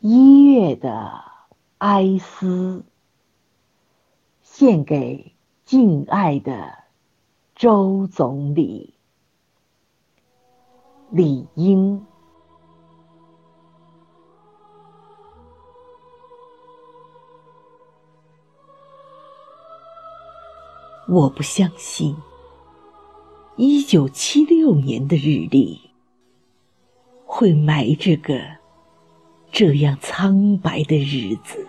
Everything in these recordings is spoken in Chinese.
1月的哀思，献给敬爱的周总理。李英。我不相信1976年的日历会埋着个这样苍白的日子。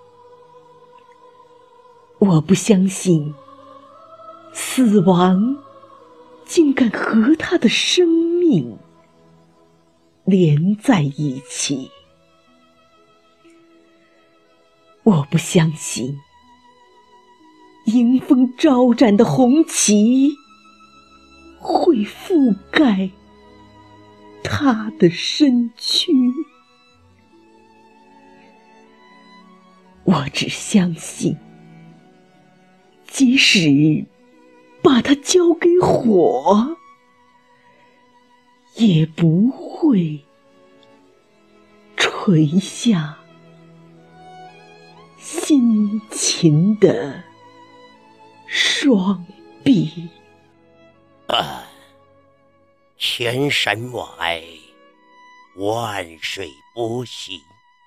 我不相信死亡竟敢和他的生命连在一起。我不相信迎风招展的红旗会覆盖他的身躯。我只相信，即使把它交给火，也不会垂下辛勤的双臂。 千山外，万水波兮，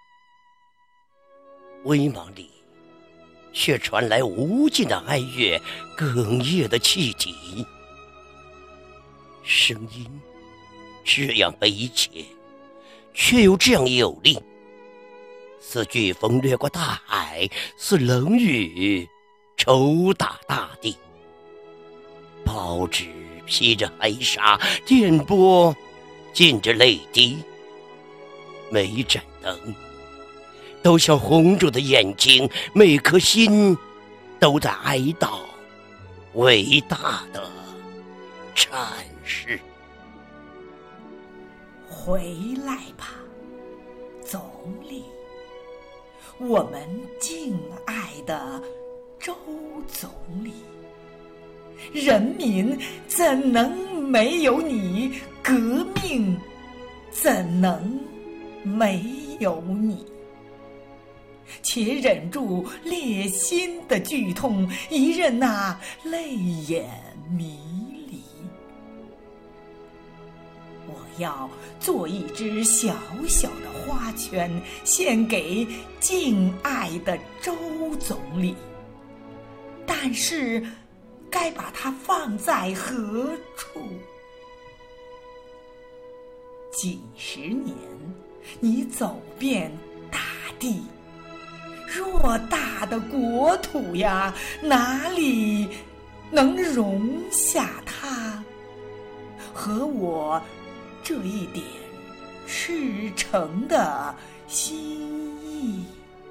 微茫里却传来无尽的哀乐，哽咽的气体。声音这样悲切，却又这样有力，似飓风掠过大海，似冷雨抽打大地。报纸披着黑纱，电波浸着泪滴，每一盏灯都像红肿的眼睛，每颗心都在哀悼伟大的战士。 回来吧，总理，我们敬爱的周总理。人民怎能没有你？革命怎能没有你？且忍住裂心的剧痛，一任那泪眼迷离。我要做一只小小的花圈，献给敬爱的周总理。但是该把它放在何处？几十年，你走遍大地，偌大的国土呀，哪里能容下它和我这一点赤诚的心意？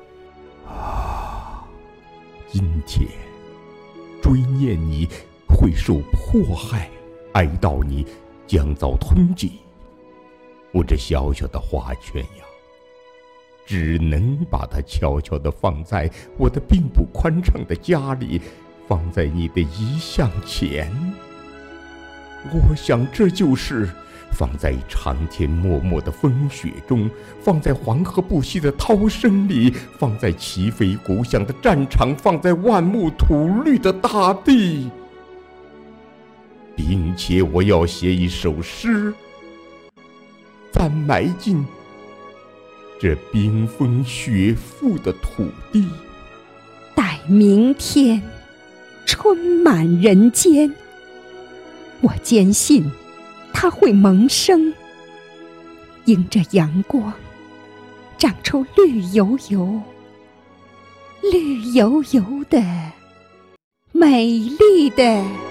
阴天，追念你会受迫害，哀悼你将遭通缉。我这小小的花圈呀，只能把它悄悄地放在我的并不宽敞的家里，放在你的遗像前。我想这就是放在长天漠漠的风雪中，放在黄河不息的涛声里，放在旗飞鼓响的战场，放在万木吐绿的大地，并且我要写一首诗，暂埋进这冰封雪覆的土地。 待明天春满人间，我坚信它会萌生，迎着阳光长出绿油油的美丽的